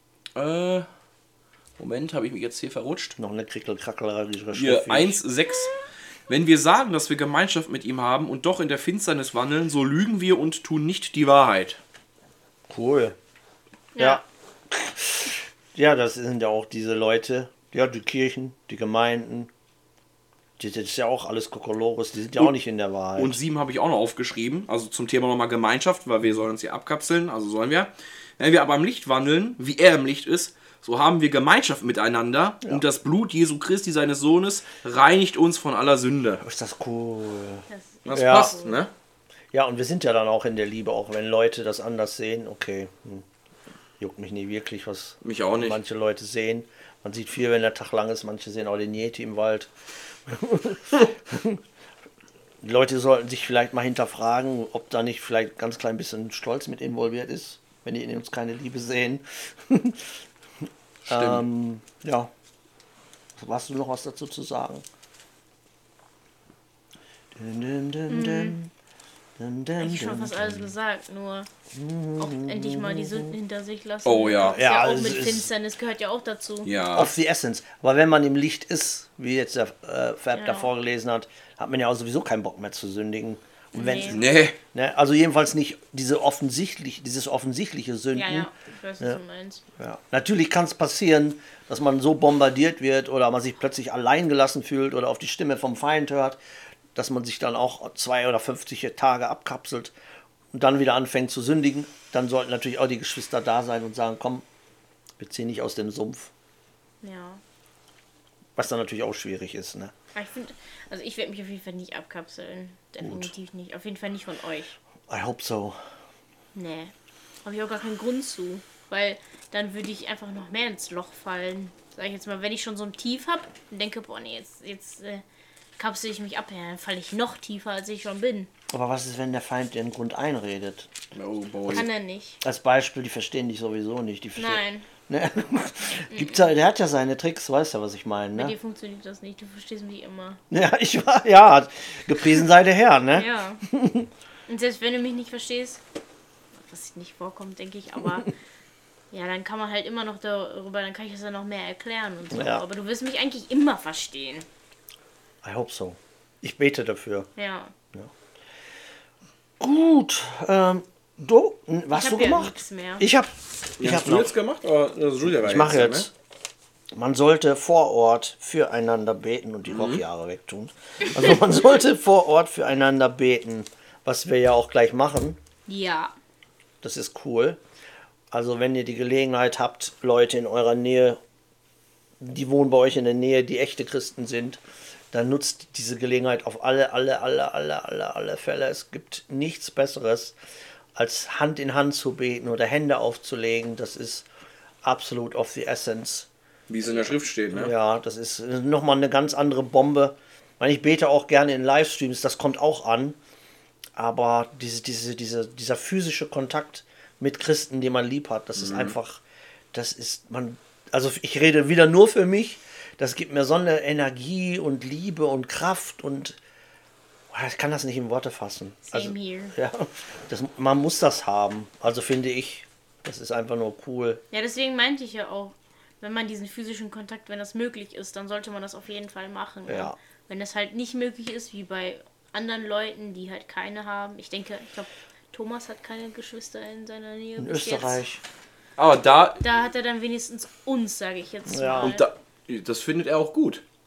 Moment, habe ich mich jetzt hier verrutscht. Noch eine krickelkrackerische Hier, Schrift. 1,6. Wenn wir sagen, dass wir Gemeinschaft mit ihm haben und doch in der Finsternis wandeln, so lügen wir und tun nicht die Wahrheit. Cool. Ja. Ja, das sind ja auch diese Leute, ja, die Kirchen, die Gemeinden. Das ist ja auch alles Kokolores, die sind ja auch nicht in der Wahrheit. Und 7 habe ich auch noch aufgeschrieben, also zum Thema nochmal Gemeinschaft, weil wir sollen uns hier abkapseln, also sollen wir. Wenn wir aber im Licht wandeln, wie er im Licht ist, so haben wir Gemeinschaft miteinander und das Blut Jesu Christi, seines Sohnes, reinigt uns von aller Sünde. ist das cool. Das Ja. passt, ne? Ja, und wir sind ja dann auch in der Liebe, auch wenn Leute das anders sehen. Okay, juckt mich nie wirklich, was Mich auch nicht. manche Leute sehen. Man sieht viel, wenn der Tag lang ist. Manche sehen auch den Yeti im Wald. Die Leute sollten sich vielleicht mal hinterfragen, ob da nicht vielleicht ein ganz klein bisschen Stolz mit involviert ist, wenn die in uns keine Liebe sehen. Ja. Hast du noch was dazu zu sagen? Eigentlich schon fast alles gesagt, nur auch endlich mal die Sünden hinter sich lassen. Oh ja. Das ist ja Ja, auch es mit ist- Finsternis gehört ja auch dazu. Ja. Of the Essence. Aber wenn man im Licht ist, wie jetzt der Fab Ja. davor gelesen hat, hat man ja auch sowieso keinen Bock mehr zu sündigen. Und wenn, Nee. ne, also jedenfalls nicht dieses offensichtliche Sünden. Ja, ja, ich weiß, was du meinst. Ja. Natürlich kann es passieren, dass man so bombardiert wird oder man sich plötzlich allein gelassen fühlt oder auf die Stimme vom Feind hört, dass man sich dann auch 2 oder 50 Tage abkapselt und dann wieder anfängt zu sündigen. Dann sollten natürlich auch die Geschwister da sein und sagen, komm, wir ziehen nicht aus dem Sumpf. Ja. Was dann natürlich auch schwierig ist. Ne? Aber ich finde, also ich werde mich auf jeden Fall nicht abkapseln. Definitiv nicht. Auf jeden Fall nicht von euch. I hope so. Nee. Habe ich auch gar keinen Grund zu. Weil dann würde ich einfach noch mehr ins Loch fallen. Sag ich jetzt mal, wenn ich schon so ein Tief habe und denke, boah, nee, jetzt kapsel ich mich ab, ja, dann falle ich noch tiefer, als ich schon bin. Aber was ist, wenn der Feind dir einen Grund einredet? Oh boy. Kann er nicht. Als Beispiel, die verstehen dich sowieso nicht. Die verstehen, Nein, ne? Gibt's ja, der hat ja seine Tricks, weißt ja, was ich meine. bei Ne? dir funktioniert das nicht. Du verstehst mich immer. Ja, ja, gepriesen sei der Herr, ne? Ja. Und selbst wenn du mich nicht verstehst, was nicht vorkommt, denke ich, aber ja, dann kann man halt immer noch darüber, dann kann ich das ja noch mehr erklären und so. Ja. Aber du wirst mich eigentlich immer verstehen. I hope so. Ich bete dafür. Ja. Gut, was Ich du hab ja gemacht? nichts mehr. Ich hab Hast du noch. jetzt gemacht? Oder Julia war Ich mache dran, jetzt. Man sollte vor Ort füreinander beten und die Rockjahre wegtun. Also man sollte vor Ort füreinander beten, was wir ja auch gleich machen. Ja. Das ist cool. Also wenn ihr die Gelegenheit habt, Leute in eurer Nähe, die wohnen bei euch in der Nähe, die echte Christen sind, dann nutzt diese Gelegenheit auf alle Fälle. Es gibt nichts Besseres, als Hand in Hand zu beten oder Hände aufzulegen. Das ist absolut of the essence. Wie es in der Schrift steht, ne? Ja, das ist nochmal eine ganz andere Bombe. Ich bete auch gerne in Livestreams, das kommt auch an. Aber dieser physische Kontakt mit Christen, die man lieb hat, das ist einfach, also ich rede wieder nur für mich, das gibt mir so eine Energie und Liebe und Kraft und ich kann das nicht in Worte fassen. Same here. Ja, man muss das haben, also finde ich, das ist einfach nur cool. Ja, deswegen meinte ich ja auch, wenn man diesen physischen Kontakt, wenn das möglich ist, dann sollte man das auf jeden Fall machen. Ja. Und wenn das halt nicht möglich ist, wie bei anderen Leuten, die halt keine haben. Ich glaube, Thomas hat keine Geschwister in seiner Nähe. In bis Österreich. Aber da, Jetzt. Da hat er dann wenigstens uns, sage ich jetzt Ja. mal. Und das findet er auch gut.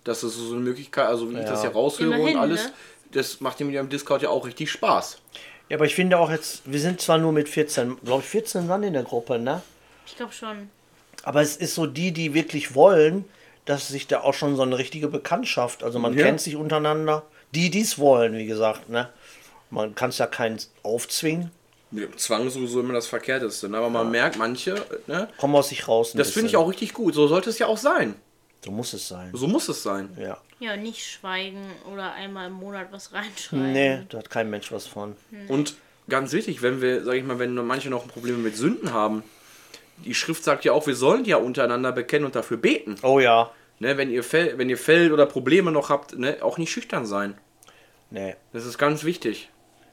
Das ist so eine Möglichkeit, also wie ich das ja raushöre Immerhin, und alles, ne? das macht dem im Discord ja auch richtig Spaß. Ja, aber ich finde auch jetzt, wir sind zwar nur mit 14, glaube ich 14 Mann in der Gruppe, ne? Ich glaube schon. Aber es ist so die wirklich wollen, dass sich da auch schon so eine richtige Bekanntschaft, also man Ja. kennt sich untereinander, die es wollen, wie gesagt, ne? Man kann es ja keinen aufzwingen, Mit dem Zwang ist sowieso immer das Verkehrteste, ne? Aber man merkt, manche, ne? kommen aus sich raus. ein Das finde ich bisschen. auch richtig gut, so sollte es ja auch sein. So muss es sein. So muss es sein. Ja. Ja, nicht schweigen oder einmal im Monat was reinschreiben. Nee, da hat kein Mensch was von. Und ganz wichtig, wenn wir, sag ich mal, wenn manche noch Probleme mit Sünden haben, die Schrift sagt ja auch, wir sollen ja untereinander bekennen und dafür beten. Oh ja. Ne, wenn ihr fällt oder Probleme noch habt, ne, auch nicht schüchtern sein. Nee. Das ist ganz wichtig.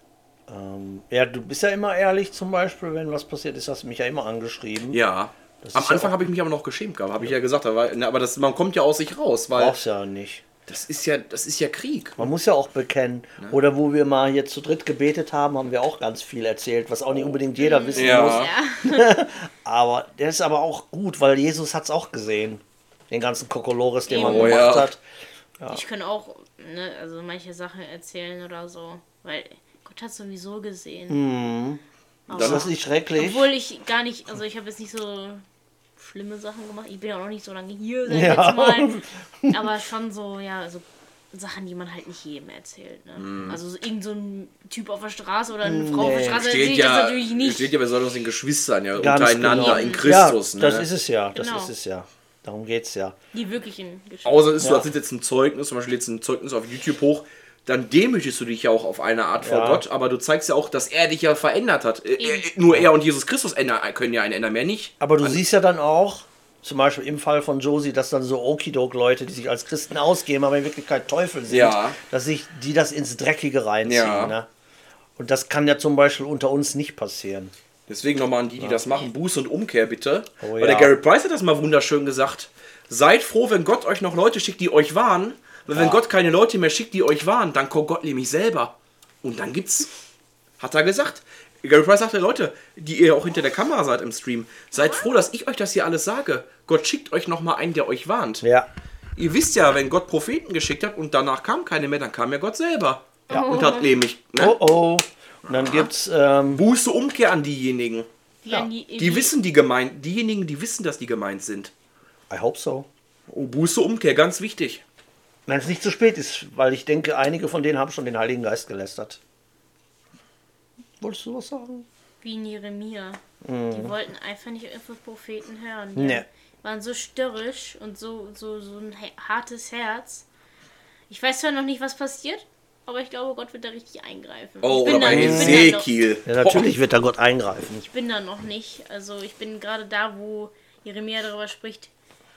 Ja, du bist ja immer ehrlich zum Beispiel, wenn was passiert ist, hast du mich ja immer angeschrieben. Ja. Das Am ist ja Anfang auch- habe ich mich aber noch geschämt gehabt, habe ich ja gesagt. Aber man kommt ja aus sich raus, weil Brauchst ja nicht. das ist ja Krieg. Man muss ja auch bekennen. Oder wo wir mal hier zu dritt gebetet haben, haben wir auch ganz viel erzählt, was auch nicht unbedingt jeder wissen Ja. muss. Ja. Aber der ist aber auch gut, weil Jesus hat es auch gesehen. Den ganzen Kokolores, den man Oh, gemacht ja. hat. Ich kann auch, ne, also manche Sachen erzählen oder so, weil Gott hat sowieso gesehen. Aber, Das ist nicht schrecklich. obwohl ich gar nicht, also ich habe jetzt nicht so schlimme Sachen gemacht. Ich bin ja auch noch nicht so lange hier, sag ich Ja. jetzt mal. Aber schon so, ja, so Sachen, die man halt nicht jedem erzählt. Ne? Also so irgend so ein Typ auf der Straße oder eine Frau auf der Straße erzähle ich das natürlich nicht. Steht ja, wir sollen uns den Geschwistern ja Ganz untereinander genau. in Christus. Ja, ne? das ist es ja. Das Genau. ist es ja. Darum geht's ja. Die wirklichen Geschichten. Außer ist, du Ja. hast jetzt ein Zeugnis, zum Beispiel jetzt ein Zeugnis auf YouTube hoch, dann demütigst du dich ja auch auf eine Art vor Ja. Gott, aber du zeigst ja auch, dass er dich ja verändert hat. Nur er und Jesus Christus können ja einen ändern, mehr nicht. Aber du siehst ja dann auch, zum Beispiel im Fall von Josie, dass dann so Okidok-Leute, die sich als Christen ausgeben, aber in Wirklichkeit Teufel sind, Ja. dass sich die das ins Dreckige reinziehen. Ja. Ne? Und das kann ja zum Beispiel unter uns nicht passieren. Deswegen nochmal an die das machen, Buße und Umkehr bitte. Oh, Weil ja. der Gary Price hat das mal wunderschön gesagt. Seid froh, wenn Gott euch noch Leute schickt, die euch warnen. Weil wenn Gott keine Leute mehr schickt, die euch warnen, dann kommt Gott nämlich selber. Und dann gibt's, hat er gesagt. Gary Price sagte, Leute, die ihr auch hinter der Kamera seid im Stream, seid froh, dass ich euch das hier alles sage. Gott schickt euch nochmal einen, der euch warnt. Ja. Ihr wisst ja, wenn Gott Propheten geschickt hat und danach kam keine mehr, dann kam ja Gott selber. Und hat nämlich Oh oh. Und dann gibt's, Buße, Umkehr an diejenigen. Die wissen diejenigen, die wissen, dass die gemeint sind. I hope so. Oh, Buße, Umkehr, ganz wichtig. Wenn es nicht zu spät ist, weil ich denke, einige von denen haben schon den Heiligen Geist gelästert. Wolltest du was sagen? Wie in Jeremia. Die wollten einfach nicht auf die Propheten hören. Die Nee. waren so störrisch und so ein hartes Herz. Ich weiß zwar noch nicht, was passiert, aber ich glaube, Gott wird da richtig eingreifen. Oh, ich bin oder bei da- ich bin da noch- Ezekiel. Ja, natürlich wird da Gott eingreifen. Ich bin da noch nicht. Also ich bin gerade da, wo Jeremia darüber spricht,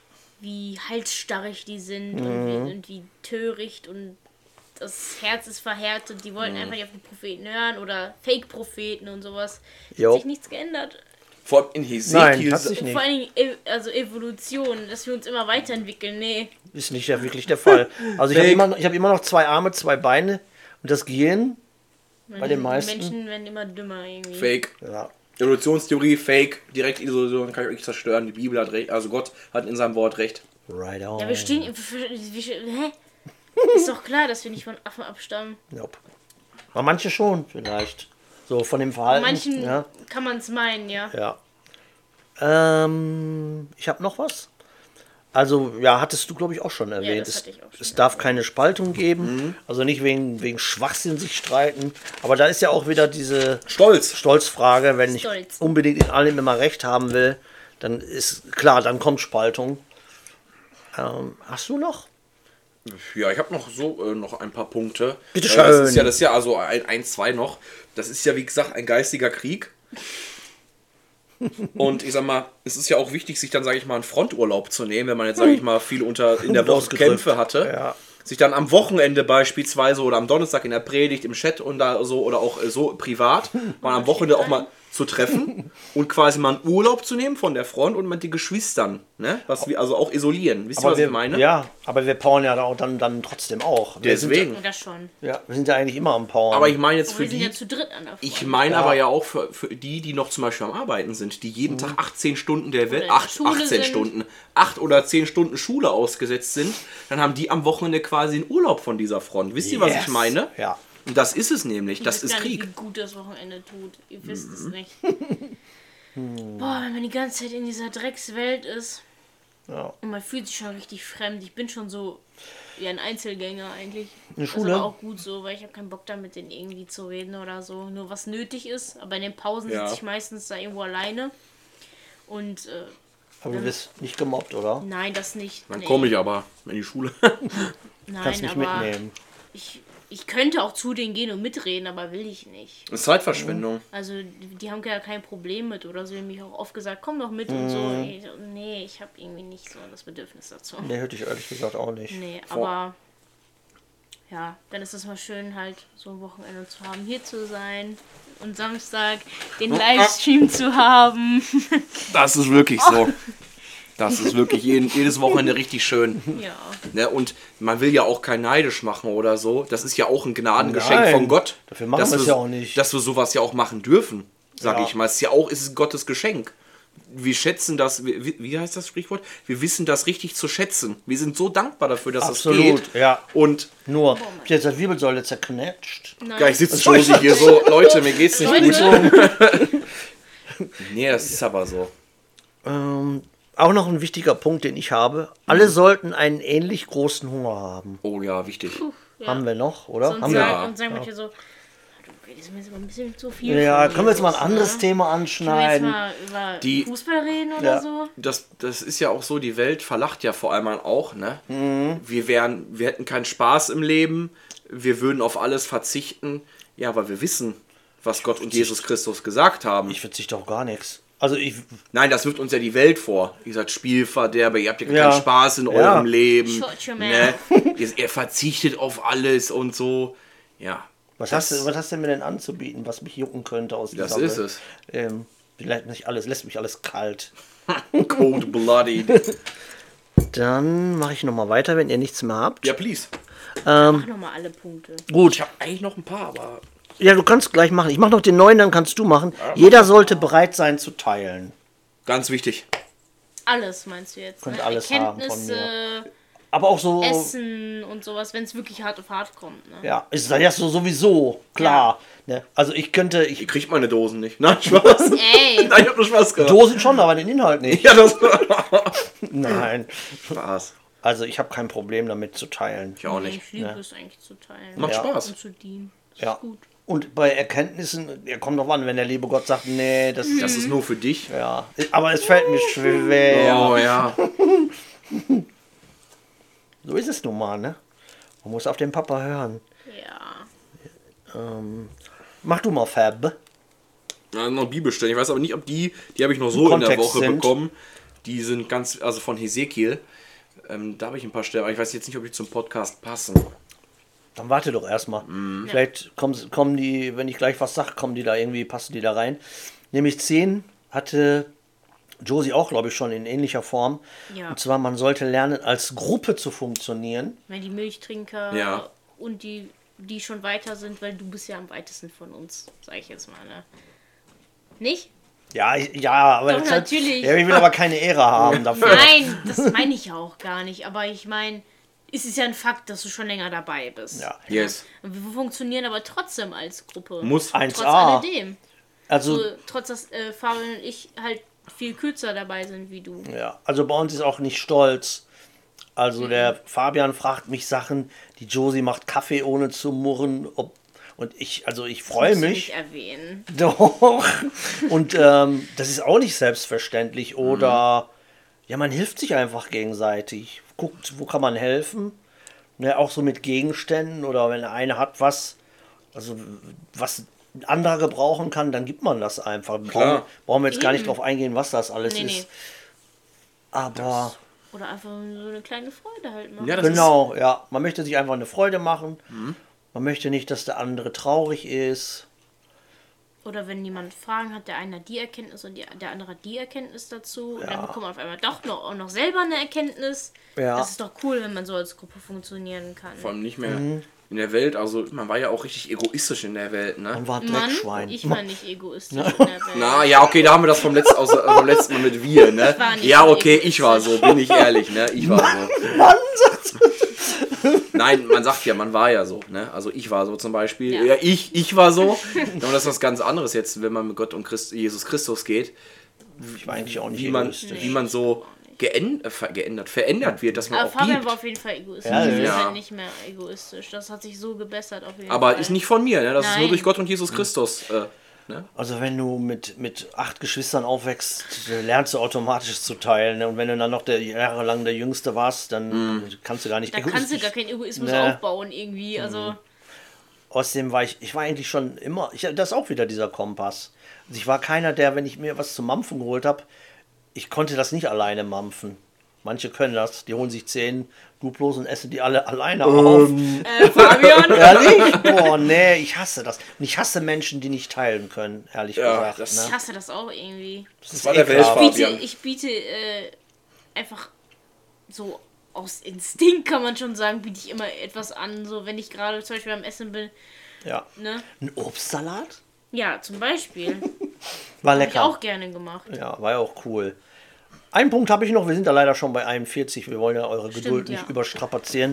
wie halsstarrig die sind und wie töricht und das Herz ist verhärtet. Die wollten einfach nicht auf die Propheten hören oder Fake-Propheten und sowas. Es Jo. hat sich nichts geändert. Vor allem in Ezekiel. Nein, hat sich nicht. Vor allen Dingen also Evolution, dass wir uns immer weiterentwickeln. Nee. Ist nicht ja wirklich der Fall. Also ich Fake. habe immer noch 2 Arme, 2 Beine und das Gehirn bei den Die meisten. Menschen werden immer dümmer irgendwie. Fake. Ja. Evolutionstheorie, Fake. Direkt Evolution kann ich euch zerstören. Die Bibel hat recht. Also Gott hat in seinem Wort recht. Right on. Ja, wir stehen. Hä? Ist doch klar, dass wir nicht von Affen abstammen. Nope. Aber manche schon, vielleicht. So von dem Verhalten. Manchen Ja. kann man es meinen, ja. Ja. Ich habe noch was. Also, ja, hattest du, glaube ich, auch schon erwähnt. das hatte ich auch schon Es darf keine Spaltung geben. Also nicht wegen Schwachsinn sich streiten. Aber da ist ja auch wieder diese Stolz. Stolzfrage, wenn ich Stolz. unbedingt in allem immer recht haben will, dann ist klar, dann kommt Spaltung. Hast du noch? Ja, ich habe noch ein paar Punkte. Bitte Das schön. ist ja also zwei noch. Das ist ja, wie gesagt, ein geistiger Krieg. Und ich sag mal, es ist ja auch wichtig, sich dann, sage ich mal, einen Fronturlaub zu nehmen, wenn man jetzt, sage ich mal, viel in der Woche Ausgedrückt. Kämpfe hatte. Ja. Sich dann am Wochenende beispielsweise oder am Donnerstag in der Predigt, im Chat und da so oder auch so privat mal am Wochenende auch mal zu treffen und quasi mal einen Urlaub zu nehmen von der Front und mit den Geschwistern, ne? Was wir also auch isolieren. Wisst ihr, was ich meine? Ja, aber wir powern ja auch dann trotzdem auch. Deswegen. Das schon. Wir sind ja eigentlich immer am Powern. Aber ich meine jetzt Aber für wir sind die, ja zu dritt an der Front. ich meine aber ja auch für die noch zum Beispiel am Arbeiten sind, die jeden Tag 18 Stunden der Welt, in der Schule 18 sind. Stunden, 8 oder 10 Stunden Schule ausgesetzt sind, dann haben die am Wochenende quasi einen Urlaub von dieser Front. Wisst ihr, was ich meine? Ja. Und das ist es nämlich, das Ich ist weiß gar nicht, Krieg. wie gut das Wochenende tut. Ihr wisst es nicht. Boah, wenn man die ganze Zeit in dieser Dreckswelt ist Ja. und man fühlt sich schon richtig fremd. Ich bin schon so wie ein Einzelgänger eigentlich. In der Das Schule? ist aber auch gut so, weil ich habe keinen Bock da mit denen irgendwie zu reden oder so. Nur was nötig ist. Aber in den Pausen Ja. sitze ich meistens da irgendwo alleine. Und Aber du bist nicht gemobbt, oder? nein, das nicht. Dann Nee. komme ich aber in die Schule. Nein, Kannst mich aber mitnehmen. ich könnte auch zu denen gehen und mitreden, aber will ich nicht. Das ist Zeitverschwendung. Also die haben ja kein Problem mit oder so. Die haben mich auch oft gesagt, komm doch mit und so. Ich so, nee, ich habe irgendwie nicht so das Bedürfnis dazu. Nee, hätte ich ehrlich gesagt auch nicht. Nee, aber ja, dann ist es mal schön halt so ein Wochenende zu haben, hier zu sein und Samstag den Livestream zu haben. Das ist wirklich so. Das ist wirklich jedes Wochenende richtig schön. Ja. Ne? Und man will ja auch kein neidisch machen oder so. Das ist ja auch ein Gnadengeschenk Nein, von Gott. dafür machen dass wir es wir- ja auch nicht. Dass wir sowas ja auch machen dürfen, sage Ja. ich mal. Es ist ja auch, es ist Gottes Geschenk. Wir schätzen das, wie heißt das Sprichwort? Wir wissen das richtig zu schätzen. Wir sind so dankbar dafür, dass Absolut, das geht. ja. Und Nur, hab ich jetzt die Wirbelsäule zerknetscht. gleich sitzt Josie hier so, Leute, mir geht's nicht gut. Leute, Nee, das ist aber so. Auch noch ein wichtiger Punkt, den ich habe. Alle sollten einen ähnlich großen Hunger haben. Oh ja, wichtig. ja. Haben wir noch, oder? Sonst Haben wir? sagen manche so, du redest mir jetzt aber ein bisschen zu viel. Ja, von können wir jetzt mal ein Jesus, anderes ne? Thema Können wir jetzt anschneiden? mal über Die- Fußball reden oder Ja. so? Das ist ja auch so, die Welt verlacht ja vor allem auch, ne? Wir hätten keinen Spaß im Leben, wir würden auf alles verzichten. Ja, weil wir wissen, was Gott und Jesus Christus gesagt haben. Ich verzichte auf gar nichts. Also Nein, das wirft uns ja die Welt vor. Ihr seid Spielverderber, ihr habt ja Ja. keinen Spaß in Ja. eurem Leben. Shut your Ne? mouth. Ihr verzichtet auf alles und so. Ja. was das- hast du mir denn anzubieten, was mich jucken könnte aus Das dieser ist Welt? es. Lässt mich alles kalt. Cold bloody. Dann mache ich nochmal weiter, wenn ihr nichts mehr habt. Ja, please. Mach nochmal alle Punkte. Gut. Ich habe eigentlich noch ein paar, aber Ja, du kannst gleich machen. Ich mache noch den neuen, dann kannst du machen. Jeder sollte bereit sein zu teilen. ganz wichtig. Alles meinst du jetzt? Könnt Ne? alles haben von Erkenntnisse, Aber auch so. Essen und sowas, wenn es wirklich hart auf hart kommt. Ne? Ja, ist ja so sowieso, klar. Ne? Also ich könnte. Ihr kriegt meine Dosen nicht. Nein, Spaß. Ey, Nein, ich hab nur Spaß gehabt. Dosen schon, aber den Inhalt nicht. Ja, das Nein. Spaß. Also ich habe kein Problem damit zu teilen. Ich auch nee, nicht. ich liebe es eigentlich zu teilen. Macht Ja. Spaß. Und zu dienen. Das Ja. ist gut. Und bei Erkenntnissen, ja, kommt doch an, wenn der liebe Gott sagt, nee, das Das ist nur für dich. ja. Aber es fällt mir schwer. Oh ja. So ist es nun mal, ne? Man muss auf den Papa hören. Ja. Mach du mal, Fab. Ja, noch Bibelstellen. Ich weiß aber nicht, ob die habe ich noch so in der Kontext Woche sind. bekommen. Die sind ganz, also von Hesekiel. Da habe ich ein paar Stellen, aber ich weiß jetzt nicht, ob die zum Podcast passen. Dann warte doch erstmal. Vielleicht kommen die, wenn ich gleich was sage, kommen die da irgendwie, passen die da rein. Nämlich 10 hatte Josie auch, glaube ich, schon in ähnlicher Form. Ja. Und zwar, man sollte lernen, als Gruppe zu funktionieren. Wenn die Milchtrinker Ja. und die schon weiter sind, weil du bist ja am weitesten von uns, sag ich jetzt mal, ne? Nicht? Ja, aber Doch, das natürlich. Ja, ich will aber keine Ehre haben dafür. Nein, das meine ich ja auch gar nicht. Aber ich meine, es ist ja ein Fakt, dass du schon länger dabei bist. Ja. Yes. Und wir funktionieren aber trotzdem als Gruppe. Muss. 1A. Trotz alledem. Also, So, trotz dass Fabian und ich halt viel kürzer dabei sind wie du. ja, also bei uns ist auch nicht stolz. Also der Fabian fragt mich Sachen, die Josie macht Kaffee ohne zu murren. Und ich freue Musst du mich. nicht erwähnen. Doch. Und das ist auch nicht selbstverständlich. Oder ja, man hilft sich einfach gegenseitig. Guckt, wo kann man helfen. Ne, auch so mit Gegenständen oder wenn einer hat was ein anderer gebrauchen kann, dann gibt man das einfach. Klar. Brauchen wir jetzt gar nicht Eben. drauf eingehen, was das alles Nee, ist. nee. Aber Oder einfach so eine kleine Freude halt machen. Ja, das genau, ja. Man möchte sich einfach eine Freude machen. Man möchte nicht, dass der andere traurig ist. Oder wenn jemand Fragen hat, der eine hat die Erkenntnis und der andere hat die Erkenntnis dazu. Und dann bekommt man auf einmal doch noch selber eine Erkenntnis. Ja. Das ist doch cool, wenn man so als Gruppe funktionieren kann. Vor allem nicht mehr in der Welt. Also man war ja auch richtig egoistisch in der Welt, ne? Man war Mann, Dreckschwein. ich war nicht egoistisch in der Welt. Na ja, okay, da haben wir das vom letzten Mal mit wir, ne? war nicht Ja, so okay, ich war so, bin ich ehrlich, ne? Ich war so. Mann, sagt Nein, man sagt ja, man war ja so, ne? Also ich war so zum Beispiel. Ja. Ja, ich war so. Und das ist was ganz anderes jetzt, wenn man mit Gott und Jesus Christus geht. ich war eigentlich auch nicht Wie man, egoistisch. wie man so verändert wird, dass man Aber auch Fabian gibt. war auf jeden Fall egoistisch. Ja, Ich bin ja. halt nicht mehr egoistisch. Das hat sich so gebessert auf jeden Fall. Aber ist nicht von mir, ne? Das ist nur Nein. durch Gott und Jesus Christus. Ne? Also wenn du mit 8 Geschwistern aufwächst, lernst du automatisch zu teilen. Ne? Und wenn du dann noch jahrelang der Jüngste warst, dann kannst du gar nicht Da kannst du gar keinen Egoismus Ne. aufbauen irgendwie. Also Außerdem war ich war eigentlich schon immer, das ist auch wieder dieser Kompass. Also ich war keiner, der, wenn ich mir was zum Mampfen geholt habe, ich konnte das nicht alleine mampfen. Manche können das, die holen sich 10 Duplos und essen die alle alleine auf. Fabian. Ehrlich? Boah, nee, ich hasse das. Und ich hasse Menschen, die nicht teilen können, ehrlich Ja, gesagt. das- Ich hasse das auch irgendwie. Das war der ekelhaft. Weltfahrt. Ich biete einfach so aus Instinkt, kann man schon sagen, biete ich immer etwas an. So, wenn ich gerade zum Beispiel am Essen bin, Ja. ne? Ein Obstsalat? Ja, zum Beispiel. War Habe ich lecker. auch gerne gemacht. Ja, war ja auch cool. Einen Punkt habe ich noch, wir sind da leider schon bei 41, wir wollen ja eure Geduld ja. nicht überstrapazieren.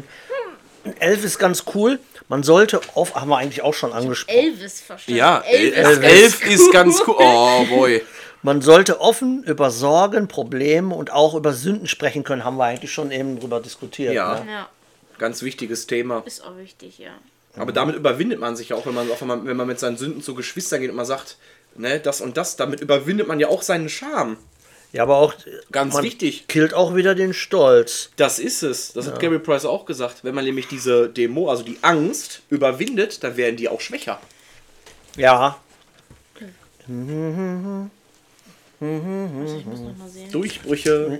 11 ist ganz cool, man sollte haben wir eigentlich auch schon angesprochen, Elvis verstanden. Ja, Elvis. 11 ist ganz cool. Oh, boy. man sollte offen über Sorgen, Probleme und auch über Sünden sprechen können, haben wir eigentlich schon eben drüber diskutiert. Ja. Ne? Ja, Ganz wichtiges Thema. ist auch wichtig, ja. Aber damit überwindet man sich ja auch, wenn man mit seinen Sünden zu Geschwistern geht und man sagt, ne, das und das, damit überwindet man ja auch seinen Charme. Ja, aber auch, Ganz man wichtig. killt auch wieder den Stolz. Das ist es. Das hat Gary Price auch gesagt. Wenn man nämlich diese Demo, also die Angst, überwindet, dann werden die auch schwächer. Ja, Also ich muss noch mal sehen. Durchbrüche.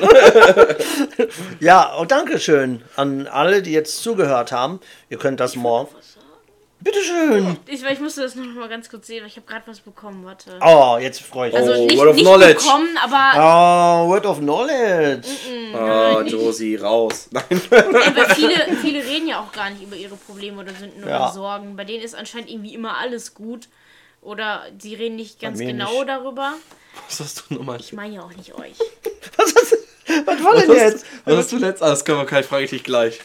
ja, und Dankeschön an alle, die jetzt zugehört haben. Ihr könnt das morgen. Bitteschön. Ich musste das noch mal ganz kurz sehen, weil ich habe gerade was bekommen. Warte. Oh, jetzt freue ich mich. Also Oh, nicht, Word of nicht Knowledge. bekommen, aber Oh, Word of Knowledge. Ah, Josie, raus. Nein. aber viele reden ja auch gar nicht über ihre Probleme oder Sünden Ja. oder Sorgen. Bei denen ist anscheinend irgendwie immer alles gut. Oder sie reden nicht ganz mir genau nicht. darüber. Was hast du nochmal? Ich meine ja auch nicht euch. Was war denn jetzt? Was hast du letzt? Ah, das können wir gleich, frage ich dich gleich.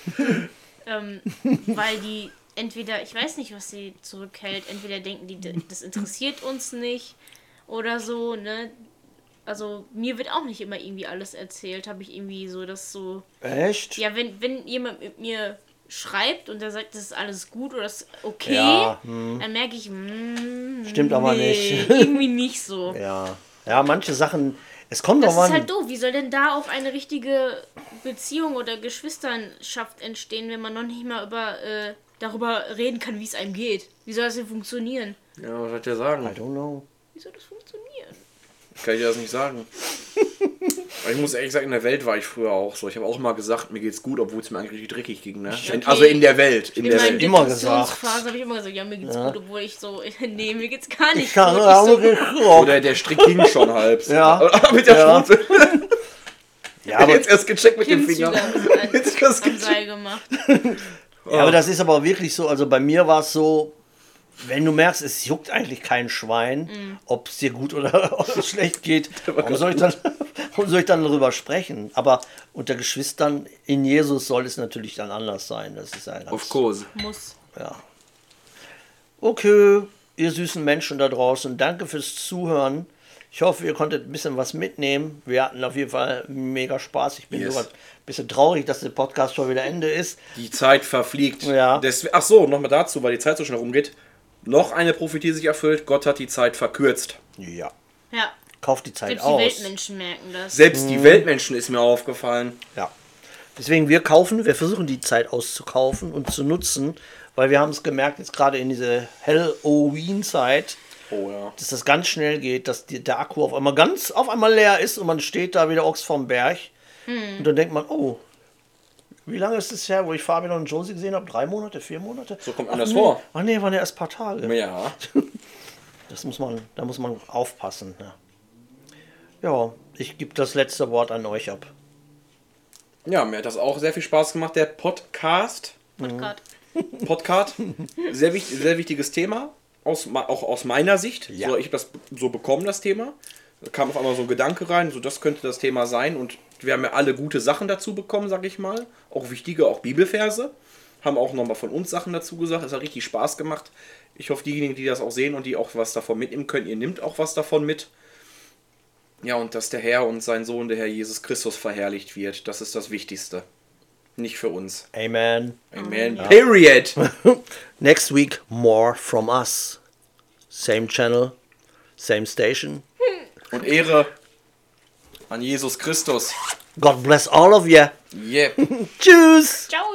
Weil die entweder, ich weiß nicht, was sie zurückhält, entweder denken die, das interessiert uns nicht oder so, ne? Also mir wird auch nicht immer irgendwie alles erzählt, habe ich irgendwie so, das so... Echt? Ja, wenn jemand mit mir schreibt und der sagt, das ist alles gut oder das ist okay, Ja, dann merke ich, Stimmt aber nee, nicht. irgendwie nicht so. Ja. Ja, manche Sachen. Es kommt Das doch ist an. halt doof. Wie soll denn da auch eine richtige Beziehung oder Geschwisternschaft entstehen, wenn man noch nicht mal darüber reden kann, wie es einem geht? Wie soll das denn funktionieren? Ja, was soll ich dir sagen? I don't know. Wie soll das funktionieren? Kann ich dir das nicht sagen. Aber ich muss ehrlich sagen, in der Welt war ich früher auch so. Ich habe auch mal gesagt, mir geht's gut, obwohl es mir eigentlich richtig dreckig ging. Ne? Okay. Also in der Welt. In In der meiner Welt. Immer Depressionsphase habe ich immer gesagt, ja, mir geht's gut, obwohl ich so, nee, mir geht's gar nicht Ich kann gut. auch Ich so, geklopft. Oder der Strick ging schon halb. Ja. Mit der Ja. Schnute. Ja, aber, Jetzt erst gecheckt mit dem Klimmzüge Finger. Jetzt erst am gecheckt. Seil gemacht. ja, aber das ist aber wirklich so. Also bei mir war es so, wenn du merkst, es juckt eigentlich kein Schwein, ob es dir gut oder ob es schlecht geht, warum soll ich dann darüber sprechen? Aber unter Geschwistern in Jesus soll es natürlich dann anders sein. Das ist ja ganz, Of course. Muss. Ja. Okay, ihr süßen Menschen da draußen, danke fürs Zuhören. Ich hoffe, ihr konntet ein bisschen was mitnehmen. Wir hatten auf jeden Fall mega Spaß. Ich bin Yes. sogar ein bisschen traurig, dass der Podcast schon wieder Ende ist. Die Zeit verfliegt. Ja. Ach so, nochmal dazu, weil die Zeit so schnell rumgeht. Noch eine Prophetie sich erfüllt. Gott hat die Zeit verkürzt. Ja. Ja, Kauft die Zeit selbst die aus. Weltmenschen merken das. Selbst die Weltmenschen ist mir aufgefallen. Ja. Deswegen, wir versuchen die Zeit auszukaufen und zu nutzen, weil wir haben es gemerkt, jetzt gerade in diese Halloween-Zeit, Oh ja. dass das ganz schnell geht, dass der Akku auf einmal leer ist und man steht da wieder Ochs vom Berg. Und dann denkt man, oh, wie lange ist es her, wo ich Fabian und Josie gesehen habe? 3 Monate, 4 Monate? So kommt mir Ach das nee. vor. Ach nee, waren ja erst ein paar Tage. Ja. Da muss man aufpassen. Ja, ich gebe das letzte Wort an euch ab. Ja, mir hat das auch sehr viel Spaß gemacht, der Podcast. Podcast. Sehr wichtiges Thema, auch aus meiner Sicht. Ja. So, ich habe das so bekommen, das Thema. Da kam auf einmal so ein Gedanke rein, so das könnte das Thema sein. Und wir haben ja alle gute Sachen dazu bekommen, sag ich mal. Auch wichtige, auch Bibelverse. Haben auch nochmal von uns Sachen dazu gesagt. Es hat richtig Spaß gemacht. Ich hoffe, diejenigen, die das auch sehen und die auch was davon mitnehmen können, ihr nehmt auch was davon mit. Ja, und dass der Herr und sein Sohn, der Herr Jesus Christus, verherrlicht wird. Das ist das Wichtigste. Nicht für uns. Amen. Amen. Ja. Period. Next week, more from us. Same channel, same station. Und Ehre an Jesus Christus. God bless all of you. Yep. Tschüss. Ciao.